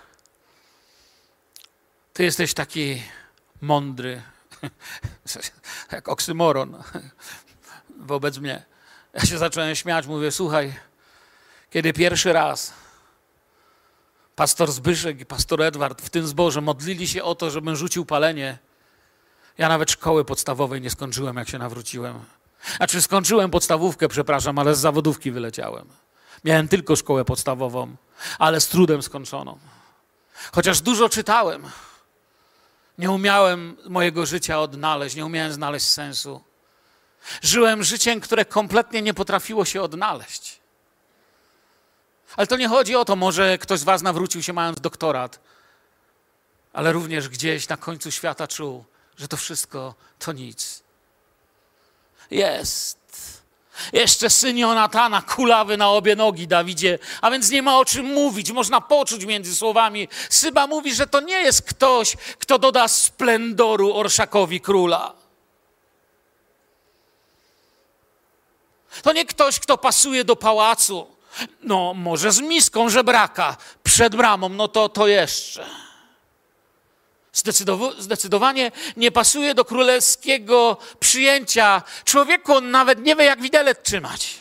Speaker 1: ty jesteś taki mądry, jak oksymoron wobec mnie. Ja się zacząłem śmiać, mówię, słuchaj, kiedy pierwszy raz pastor Zbyszek i pastor Edward w tym zborze modlili się o to, żebym rzucił palenie, ja nawet szkoły podstawowej nie skończyłem, jak się nawróciłem. Znaczy skończyłem podstawówkę, przepraszam, ale z zawodówki wyleciałem. Miałem tylko szkołę podstawową, ale z trudem skończoną. Chociaż dużo czytałem, nie umiałem mojego życia odnaleźć, nie umiałem znaleźć sensu. Żyłem życiem, które kompletnie nie potrafiło się odnaleźć. Ale to nie chodzi o to, może ktoś z was nawrócił się mając doktorat, ale również gdzieś na końcu świata czuł, że to wszystko to nic. Jest. Jeszcze syn Jonatana, kulawy na obie nogi, Dawidzie, a więc nie ma o czym mówić, można poczuć między słowami. Syba mówi, że to nie jest ktoś, kto doda splendoru orszakowi króla. To nie ktoś, kto pasuje do pałacu. No, może z miską żebraka przed bramą, no to jeszcze. Zdecydowanie nie pasuje do królewskiego przyjęcia. Człowieku, on nawet nie wie, jak widelec trzymać.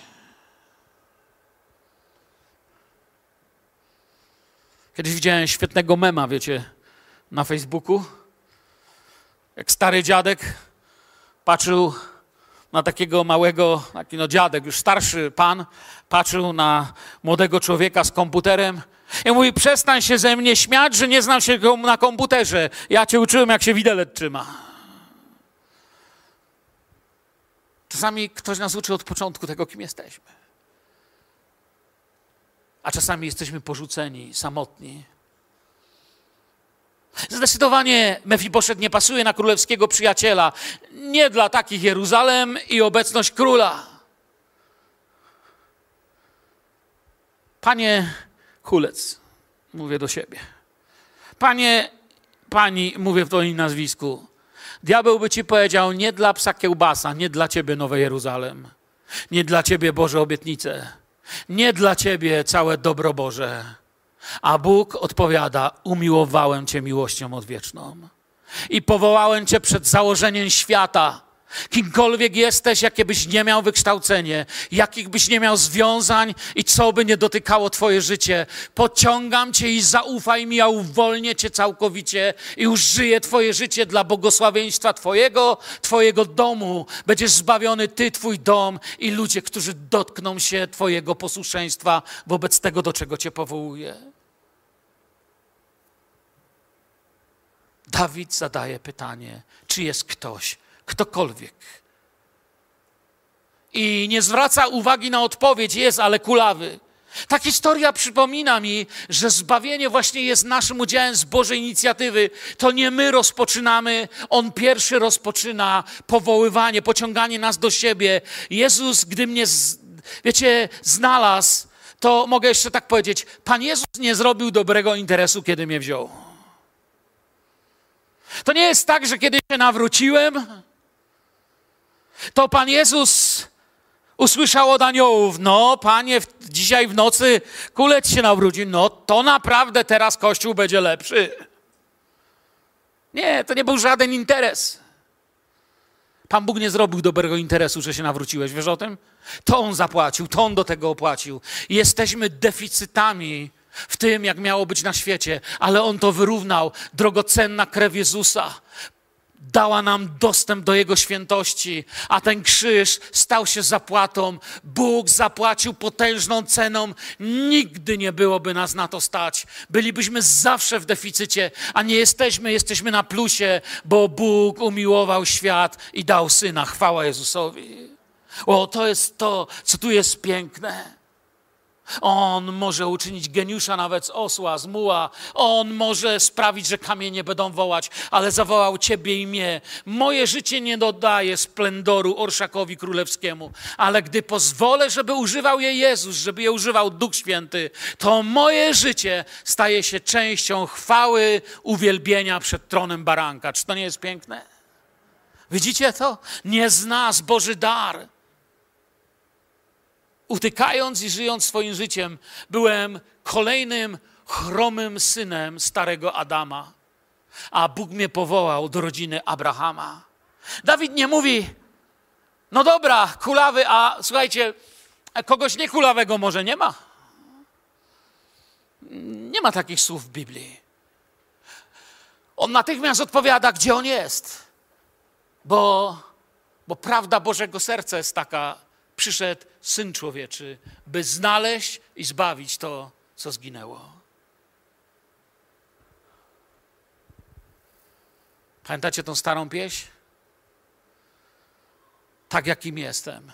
Speaker 1: Kiedyś widziałem świetnego mema, wiecie, na Facebooku. Jak stary dziadek patrzył na takiego małego, taki dziadek, już starszy pan, patrzył na młodego człowieka z komputerem i mówi, przestań się ze mnie śmiać, że nie znam się na komputerze. Ja cię uczyłem, jak się widelec trzyma. Czasami ktoś nas uczy od początku tego, kim jesteśmy. A czasami jesteśmy porzuceni, samotni. Zdecydowanie Mefiboszet nie pasuje na królewskiego przyjaciela. Nie dla takich Jeruzalem i obecność króla. Panie Kulec, mówię do siebie. Pani, mówię w twoim nazwisku. Diabeł by ci powiedział, nie dla psa kiełbasa, nie dla ciebie Nowe Jeruzalem. Nie dla ciebie Boże obietnice. Nie dla ciebie całe dobro Boże. A Bóg odpowiada, umiłowałem cię miłością odwieczną i powołałem cię przed założeniem świata. Kimkolwiek jesteś, jakie byś nie miał wykształcenie, jakich byś nie miał związań i co by nie dotykało twoje życie, pociągam cię i zaufaj mi, ja uwolnię cię całkowicie i użyję twoje życie dla błogosławieństwa twojego domu. Będziesz zbawiony ty, twój dom i ludzie, którzy dotkną się twojego posłuszeństwa wobec tego, do czego cię powołuję. Dawid zadaje pytanie, czy jest ktokolwiek. I nie zwraca uwagi na odpowiedź, jest, ale kulawy. Ta historia przypomina mi, że zbawienie właśnie jest naszym udziałem z Bożej inicjatywy. To nie my rozpoczynamy, On pierwszy rozpoczyna powoływanie, pociąganie nas do siebie. Jezus, gdy mnie, znalazł, to mogę jeszcze tak powiedzieć, Pan Jezus nie zrobił dobrego interesu, kiedy mnie wziął. To nie jest tak, że kiedy się nawróciłem, to Pan Jezus usłyszał od aniołów, no Panie, dzisiaj w nocy kulec się nawrócił, no to naprawdę teraz Kościół będzie lepszy. Nie, to nie był żaden interes. Pan Bóg nie zrobił dobrego interesu, że się nawróciłeś, wiesz o tym? To On zapłacił, to On do tego opłacił. I jesteśmy deficytami w tym, jak miało być na świecie, ale On to wyrównał. Drogocenna krew Jezusa dała nam dostęp do Jego świętości, a ten krzyż stał się zapłatą. Bóg zapłacił potężną ceną. Nigdy nie byłoby nas na to stać. Bylibyśmy zawsze w deficycie, a nie jesteśmy na plusie, bo Bóg umiłował świat i dał Syna. Chwała Jezusowi. O, to jest to, co tu jest piękne. On może uczynić geniusza nawet z osła, z muła. On może sprawić, że kamienie będą wołać, ale zawołał Ciebie i mnie. Moje życie nie dodaje splendoru orszakowi królewskiemu, ale gdy pozwolę, żeby używał je Jezus, żeby je używał Duch Święty, to moje życie staje się częścią chwały, uwielbienia przed tronem baranka. Czy to nie jest piękne? Widzicie to? Nie z nas Boży dar. Utykając i żyjąc swoim życiem, byłem kolejnym chromym synem starego Adama, a Bóg mnie powołał do rodziny Abrahama. Dawid nie mówi, no dobra, kulawy, a słuchajcie, kogoś niekulawego może nie ma. Nie ma takich słów w Biblii. On natychmiast odpowiada, gdzie on jest, bo prawda Bożego serca jest taka, przyszedł Syn Człowieczy, by znaleźć i zbawić to, co zginęło. Pamiętacie tą starą pieśń? Tak, jakim jestem.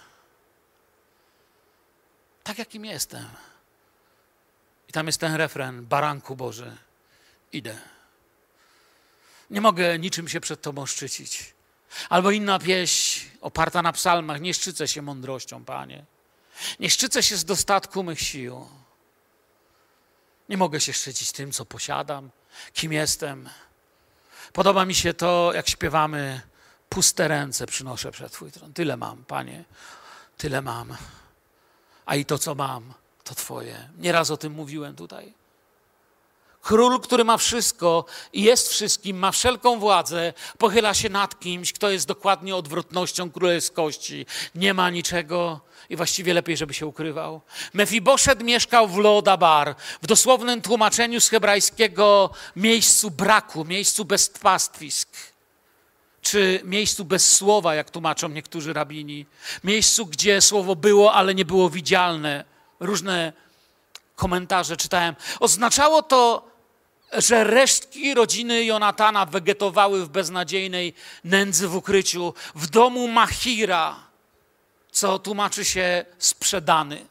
Speaker 1: Tak, jakim jestem. I tam jest ten refren, Baranku Boży, idę. Nie mogę niczym się przed Tobą szczycić. Albo inna pieśń oparta na psalmach. Nie szczycę się mądrością, Panie. Nie szczycę się z dostatku mych sił. Nie mogę się szczycić tym, co posiadam, kim jestem. Podoba mi się to, jak śpiewamy, puste ręce przynoszę przed Twój tron. Tyle mam, Panie, tyle mam. A i to, co mam, to Twoje. Nieraz o tym mówiłem tutaj. Król, który ma wszystko i jest wszystkim, ma wszelką władzę, pochyla się nad kimś, kto jest dokładnie odwrotnością królewskości. Nie ma niczego i właściwie lepiej, żeby się ukrywał. Mefiboszet mieszkał w Lo-Dabar, w dosłownym tłumaczeniu z hebrajskiego miejscu braku, miejscu bez pastwisk, czy miejscu bez słowa, jak tłumaczą niektórzy rabini. Miejscu, gdzie słowo było, ale nie było widzialne. Różne komentarze czytałem. Oznaczało to, że resztki rodziny Jonatana wegetowały w beznadziejnej nędzy w ukryciu w domu Machira, co tłumaczy się sprzedany.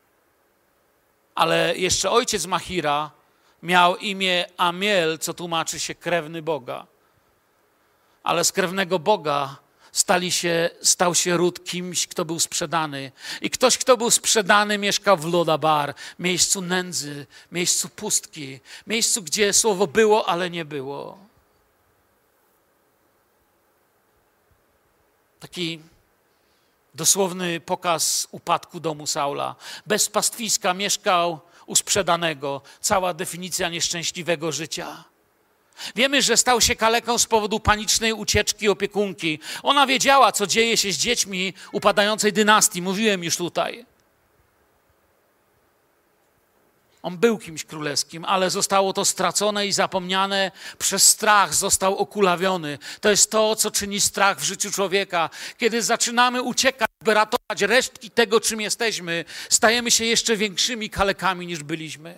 Speaker 1: Ale jeszcze ojciec Machira miał imię Amiel, co tłumaczy się krewny Boga. Ale z krewnego Boga stał się ród kimś, kto był sprzedany. I ktoś, kto był sprzedany, mieszkał w Lo-Dabar, miejscu nędzy, miejscu pustki, miejscu, gdzie słowo było, ale nie było. Taki dosłowny pokaz upadku domu Saula. Bez pastwiska mieszkał u sprzedanego. Cała definicja nieszczęśliwego życia. Wiemy, że stał się kaleką z powodu panicznej ucieczki opiekunki. Ona wiedziała, co dzieje się z dziećmi upadającej dynastii. Mówiłem już tutaj. On był kimś królewskim, ale zostało to stracone i zapomniane przez strach. Został okulawiony. To jest to, co czyni strach w życiu człowieka. Kiedy zaczynamy uciekać, by ratować resztki tego, czym jesteśmy, stajemy się jeszcze większymi kalekami, niż byliśmy.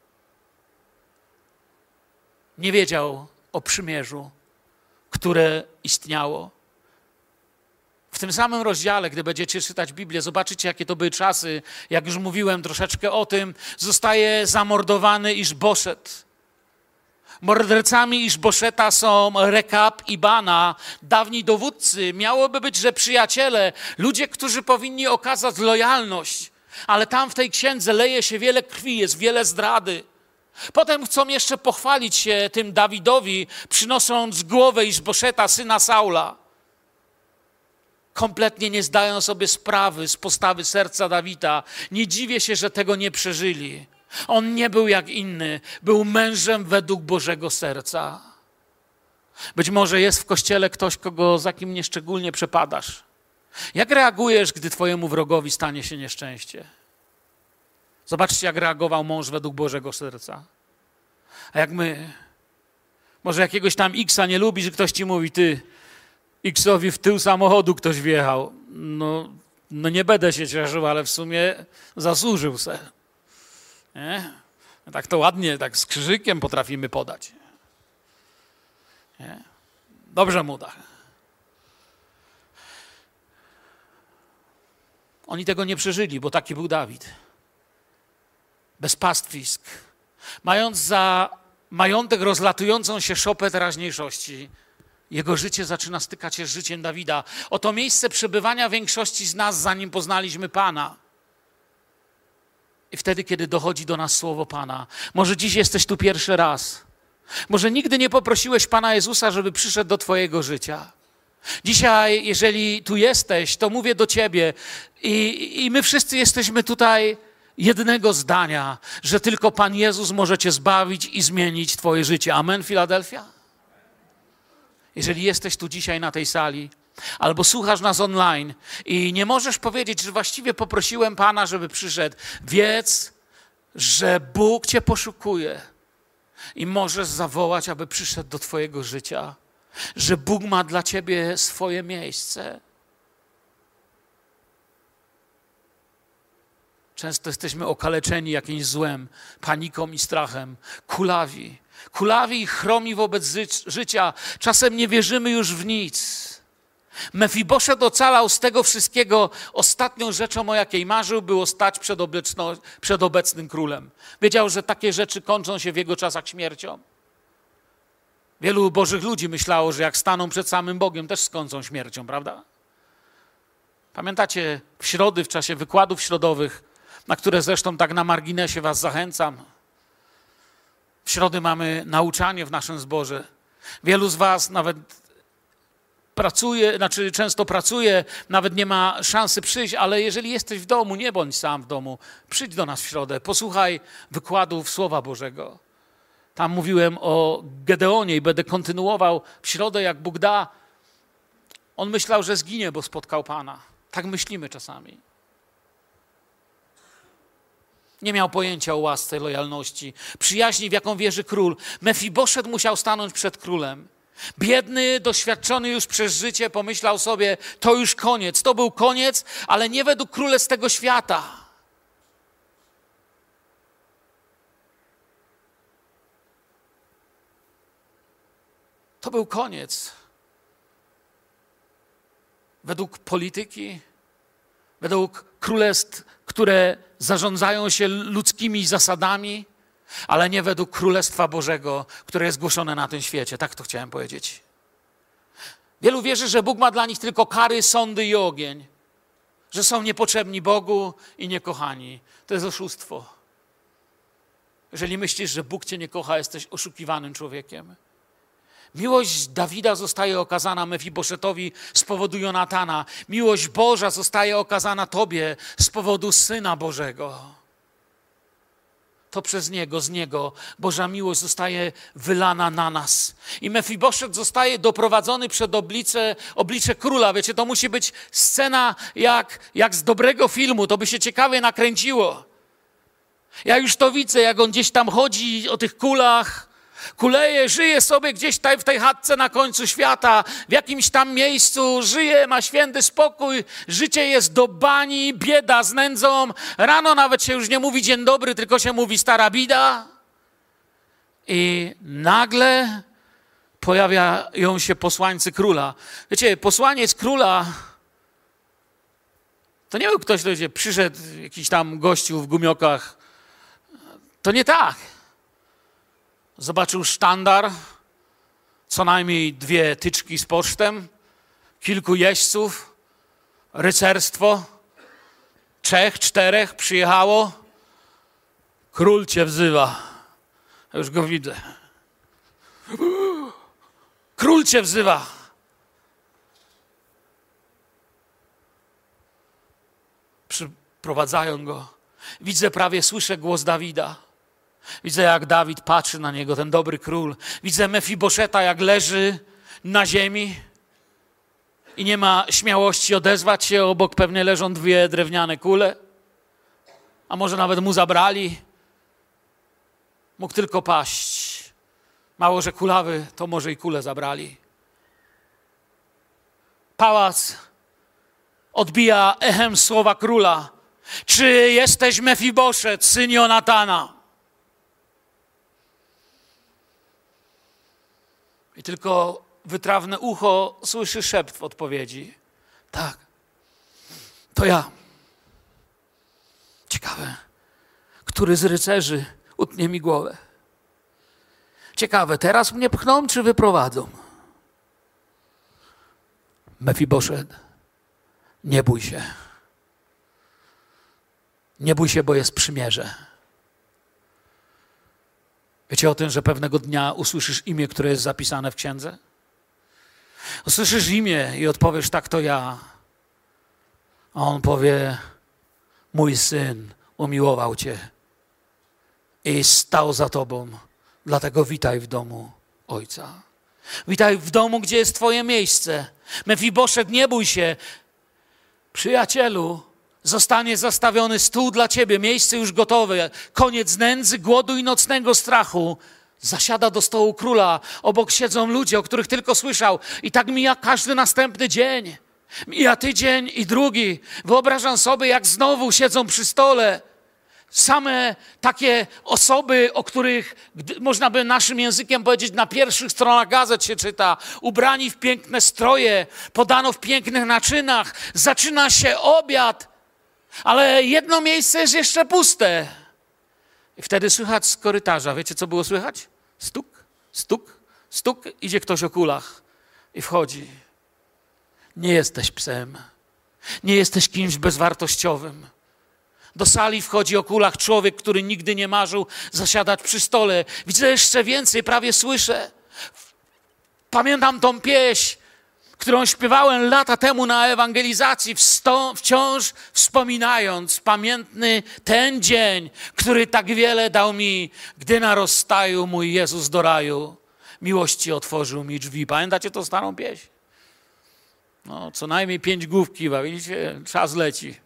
Speaker 1: Nie wiedział o przymierzu, które istniało. W tym samym rozdziale, gdy będziecie czytać Biblię, zobaczycie, jakie to były czasy. Jak już mówiłem troszeczkę o tym, zostaje zamordowany Iszboszet. Mordercami Iszboszeta są Rekab i Bana, dawni dowódcy. Miałoby być, że przyjaciele, ludzie, którzy powinni okazać lojalność. Ale tam w tej księdze leje się wiele krwi, jest wiele zdrady. Potem chcą jeszcze pochwalić się tym Dawidowi, przynosząc głowę Iszboszeta, syna Saula. Kompletnie nie zdają sobie sprawy z postawy serca Dawida. Nie dziwię się, że tego nie przeżyli. On nie był jak inny. Był mężem według Bożego serca. Być może jest w kościele ktoś, za kim nieszczególnie przepadasz. Jak reagujesz, gdy twojemu wrogowi stanie się nieszczęście? Zobaczcie, jak reagował mąż według Bożego serca. A jak my, może jakiegoś tam X-a nie lubisz, że ktoś ci mówi, ty, X-owi w tył samochodu ktoś wjechał. No nie będę się cieszył, ale w sumie zasłużył se. Nie? Tak to ładnie, tak z krzyżykiem potrafimy podać. Nie? Dobrze mu da. Oni tego nie przeżyli, bo taki był Dawid. Bez pastwisk. Mając za majątek rozlatującą się szopę teraźniejszości, jego życie zaczyna stykać się z życiem Dawida. Oto miejsce przebywania większości z nas, zanim poznaliśmy Pana. I wtedy, kiedy dochodzi do nas słowo Pana. Może dziś jesteś tu pierwszy raz. Może nigdy nie poprosiłeś Pana Jezusa, żeby przyszedł do twojego życia. Dzisiaj, jeżeli tu jesteś, to mówię do ciebie i my wszyscy jesteśmy tutaj jednego zdania, że tylko Pan Jezus może cię zbawić i zmienić twoje życie. Amen, Filadelfia? Jeżeli jesteś tu dzisiaj na tej sali, albo słuchasz nas online i nie możesz powiedzieć, że właściwie poprosiłem Pana, żeby przyszedł, wiedz, że Bóg cię poszukuje i możesz zawołać, aby przyszedł do twojego życia, że Bóg ma dla ciebie swoje miejsce. Często jesteśmy okaleczeni jakimś złem, paniką i strachem, kulawi i chromi wobec życia. Czasem nie wierzymy już w nic. Mefiboszet ocalał z tego wszystkiego. Ostatnią rzeczą, o jakiej marzył, było stać przed obecnym królem. Wiedział, że takie rzeczy kończą się w jego czasach śmiercią. Wielu bożych ludzi myślało, że jak staną przed samym Bogiem, też skończą śmiercią, prawda? Pamiętacie w środy, w czasie wykładów środowych, na które zresztą tak na marginesie was zachęcam. W środy mamy nauczanie w naszym zborze. Wielu z was nawet często pracuje, nawet nie ma szansy przyjść, ale jeżeli jesteś w domu, nie bądź sam w domu. Przyjdź do nas w środę, posłuchaj wykładów Słowa Bożego. Tam mówiłem o Gedeonie i będę kontynuował w środę, jak Bóg da. On myślał, że zginie, bo spotkał Pana. Tak myślimy czasami. Nie miał pojęcia o łasce, lojalności, przyjaźni, w jaką wierzy król. Mefiboszet musiał stanąć przed królem. Biedny, doświadczony już przez życie, pomyślał sobie, to już koniec. To był koniec, ale nie według królestw tego świata. To był koniec. Według polityki, według królestw, które zarządzają się ludzkimi zasadami, ale nie według Królestwa Bożego, które jest głoszone na tym świecie. Tak to chciałem powiedzieć. Wielu wierzy, że Bóg ma dla nich tylko kary, sądy i ogień. Że są niepotrzebni Bogu i niekochani. To jest oszustwo. Jeżeli myślisz, że Bóg cię nie kocha, jesteś oszukiwanym człowiekiem. Miłość Dawida zostaje okazana Mefiboszetowi z powodu Jonatana. Miłość Boża zostaje okazana tobie z powodu Syna Bożego. To przez Niego, z Niego Boża miłość zostaje wylana na nas. I Mefiboszet zostaje doprowadzony przed oblicze króla. Wiecie, to musi być scena jak z dobrego filmu. To by się ciekawie nakręciło. Ja już to widzę, jak on gdzieś tam chodzi o tych kulach. Kuleje, żyje sobie gdzieś tutaj w tej chatce na końcu świata, w jakimś tam miejscu, żyje, ma święty spokój, życie jest do bani, bieda z nędzą, rano nawet się już nie mówi dzień dobry, tylko się mówi stara bida. I nagle pojawiają się posłańcy króla. Wiecie, posłaniec króla to nie był ktoś, kto przyszedł, jakiś tam gościu w gumiokach. To nie tak. Zobaczył sztandar, co najmniej 2 tyczki z pocztem, kilku jeźdźców, rycerstwo, 3, 4 przyjechało. Król cię wzywa. Już go widzę. Król cię wzywa. Przyprowadzają go. Widzę, prawie słyszę głos Dawida. Widzę, jak Dawid patrzy na niego, ten dobry król. Widzę Mefiboszeta, jak leży na ziemi i nie ma śmiałości odezwać się. Obok pewnie leżą 2 drewniane kule. A może nawet mu zabrali. Mógł tylko paść. Mało, że kulawy, to może i kule zabrali. Pałac odbija echem słowa króla. Czy jesteś Mefiboszet, syn Jonatana? I tylko wytrawne ucho słyszy szept w odpowiedzi. Tak, to ja. Ciekawe, który z rycerzy utnie mi głowę. Ciekawe, teraz mnie pchną, czy wyprowadzą? Mefiboszet, nie bój się. Nie bój się, bo jest przymierze. Wiecie o tym, że pewnego dnia usłyszysz imię, które jest zapisane w księdze? Usłyszysz imię i odpowiesz, tak, to ja. A on powie, mój syn umiłował cię i stał za tobą. Dlatego witaj w domu Ojca. Witaj w domu, gdzie jest twoje miejsce. Mefiboszet, nie bój się. Przyjacielu, zostanie zastawiony stół dla ciebie, miejsce już gotowe. Koniec nędzy, głodu i nocnego strachu. Zasiada do stołu króla. Obok siedzą ludzie, o których tylko słyszał. I tak mija każdy następny dzień. Mija tydzień i drugi. Wyobrażam sobie, jak znowu siedzą przy stole. Same takie osoby, o których można by naszym językiem powiedzieć, na pierwszych stronach gazet się czyta, ubrani w piękne stroje, podano w pięknych naczynach, zaczyna się obiad, ale jedno miejsce jest jeszcze puste. I wtedy słychać z korytarza, wiecie co było słychać? Stuk, stuk, stuk, idzie ktoś o kulach i wchodzi. Nie jesteś psem, nie jesteś kimś bezwartościowym. Do sali wchodzi o kulach człowiek, który nigdy nie marzył zasiadać przy stole. Widzę jeszcze więcej, prawie słyszę. Pamiętam tą pieśń, którą śpiewałem lata temu na ewangelizacji, wciąż wspominając pamiętny ten dzień, który tak wiele dał mi, gdy na rozstaju mój Jezus do raju miłości otworzył mi drzwi. Pamiętacie tą starą pieśń? No, co najmniej 5 głów kiwa, widzicie? Czas leci.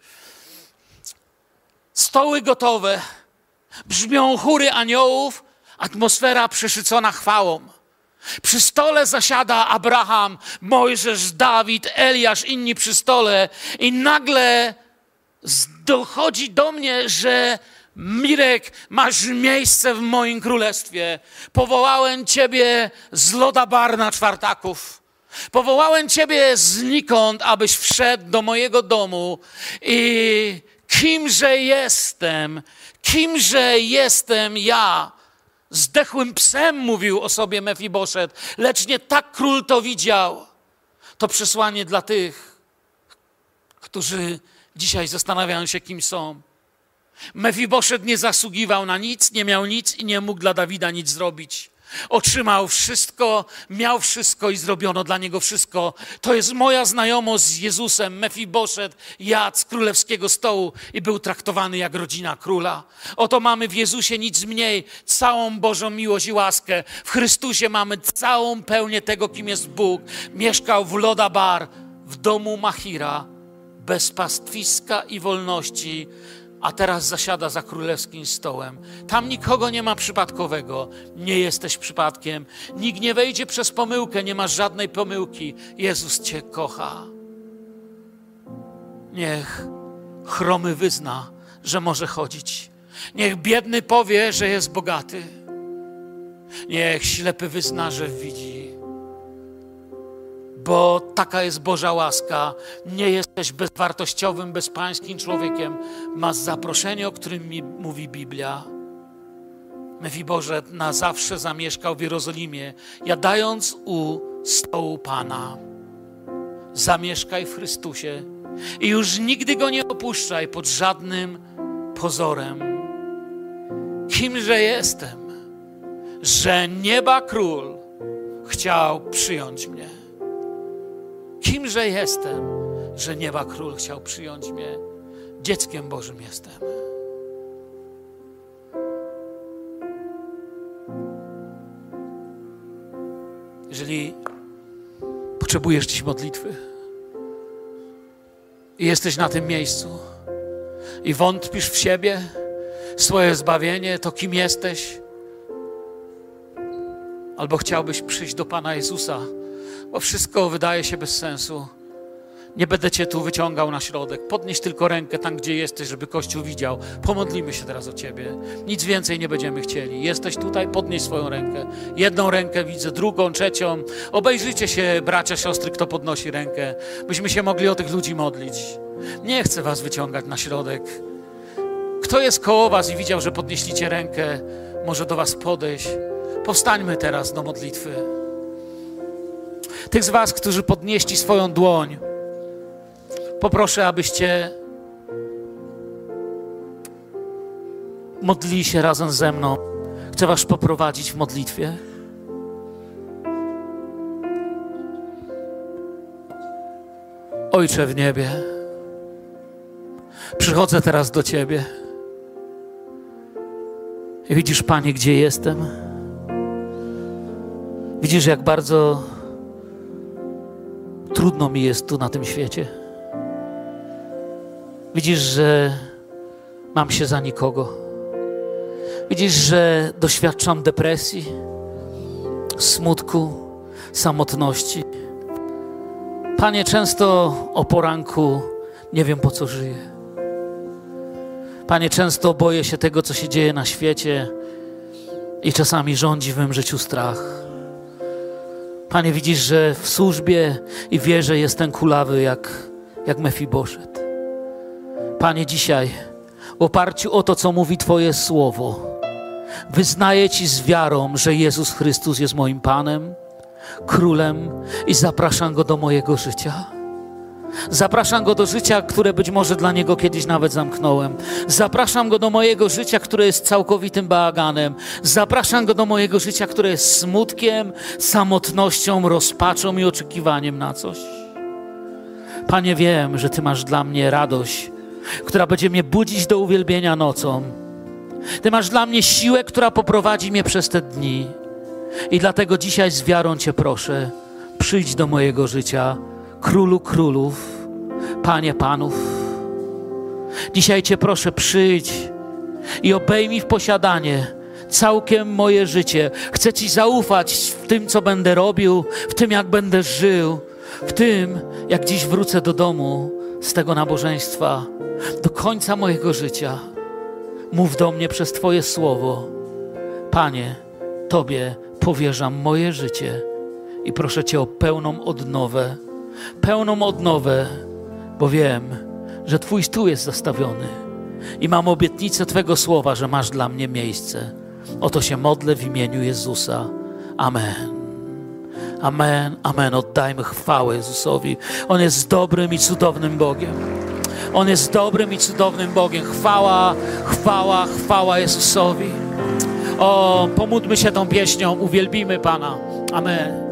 Speaker 1: Stoły gotowe, brzmią chóry aniołów, atmosfera przesycona chwałą. Przy stole zasiada Abraham, Mojżesz, Dawid, Eliasz, inni przy stole i nagle dochodzi do mnie, że Mirek, masz miejsce w moim królestwie. Powołałem ciebie z Lodabar na czwartaków. Powołałem ciebie znikąd, abyś wszedł do mojego domu i kimże jestem ja? Zdechłym psem mówił o sobie Mefiboszet, lecz nie tak król to widział. To przesłanie dla tych, którzy dzisiaj zastanawiają się, kim są. Mefiboszet nie zasługiwał na nic, nie miał nic i nie mógł dla Dawida nic zrobić. Otrzymał wszystko, miał wszystko i zrobiono dla niego wszystko. To jest moja znajomość z Jezusem. Mefiboszet jadł z królewskiego stołu i był traktowany jak rodzina króla. Oto mamy w Jezusie nic mniej, całą Bożą miłość i łaskę. W Chrystusie mamy całą pełnię tego, kim jest Bóg. Mieszkał w Lodabar, w domu Machira, bez pastwiska i wolności, a teraz zasiada za królewskim stołem. Tam nikogo nie ma przypadkowego. Nie jesteś przypadkiem. Nikt nie wejdzie przez pomyłkę, nie masz żadnej pomyłki. Jezus cię kocha. Niech chromy wyzna, że może chodzić. Niech biedny powie, że jest bogaty. Niech ślepy wyzna, że widzi. Bo taka jest Boża łaska. Nie jesteś bezwartościowym, bezpańskim człowiekiem. Masz zaproszenie, o którym mi mówi Biblia. Mefiboszet na zawsze zamieszkał w Jerozolimie, jadając u stołu Pana. Zamieszkaj w Chrystusie i już nigdy Go nie opuszczaj pod żadnym pozorem. Kimże jestem? że nieba król chciał przyjąć mnie. Kimże jestem, że nieba król chciał przyjąć mnie? Dzieckiem Bożym jestem. Jeżeli potrzebujesz dziś modlitwy i jesteś na tym miejscu i wątpisz w siebie, swoje zbawienie, to kim jesteś, albo chciałbyś przyjść do Pana Jezusa, bo wszystko wydaje się bez sensu, nie będę Cię tu wyciągał na środek. Podnieś tylko rękę tam, gdzie jesteś, żeby Kościół widział. Pomodlimy się teraz o Ciebie. Nic więcej nie będziemy chcieli. Jesteś tutaj, podnieś swoją rękę. Jedną rękę widzę, drugą, trzecią. Obejrzyjcie się, bracia, siostry, kto podnosi rękę, byśmy się mogli o tych ludzi modlić. Nie chcę was wyciągać na środek. Kto jest koło was i widział, że podnieśliście rękę, może do was podejść. Powstańmy teraz do modlitwy. Tych z was, którzy podnieśli swoją dłoń, poproszę, abyście modlili się razem ze mną. Chcę was poprowadzić w modlitwie. Ojcze w niebie, przychodzę teraz do Ciebie i widzisz, Panie, gdzie jestem. Widzisz, jak bardzo trudno mi jest tu na tym świecie. Widzisz, że mam się za nikogo. Widzisz, że doświadczam depresji, smutku, samotności. Panie, często o poranku nie wiem, po co żyję. Panie, często boję się tego, co się dzieje na świecie i czasami rządzi w mym życiu strach. Panie, widzisz, że w służbie i wierze jestem kulawy jak Mefiboszet. Panie, dzisiaj w oparciu o to, co mówi Twoje słowo, wyznaję Ci z wiarą, że Jezus Chrystus jest moim Panem, Królem i zapraszam Go do mojego życia. Zapraszam Go do życia, które być może dla Niego kiedyś nawet zamknąłem. Zapraszam Go do mojego życia, które jest całkowitym bałaganem. Zapraszam Go do mojego życia, które jest smutkiem, samotnością, rozpaczą i oczekiwaniem na coś. Panie, wiem, że Ty masz dla mnie radość, która będzie mnie budzić do uwielbienia nocą. Ty masz dla mnie siłę, która poprowadzi mnie przez te dni. I dlatego dzisiaj z wiarą Cię proszę, przyjdź do mojego życia, Królu królów, Panie panów. Dzisiaj Cię proszę, przyjdź i obejmij w posiadanie całkiem moje życie. Chcę Ci zaufać w tym, co będę robił, w tym, jak będę żył, w tym, jak dziś wrócę do domu z tego nabożeństwa, do końca mojego życia. Mów do mnie przez Twoje słowo. Panie, Tobie powierzam moje życie i proszę Cię o pełną odnowę, bo wiem, że Twój stół jest zastawiony i mam obietnicę Twego słowa, że masz dla mnie miejsce. O to się modlę w imieniu Jezusa. Amen. Amen, amen. Oddajmy chwałę Jezusowi. On jest dobrym i cudownym Bogiem. On jest dobrym i cudownym Bogiem. Chwała, chwała, chwała Jezusowi. O, pomódlmy się tą pieśnią, uwielbimy Pana. Amen.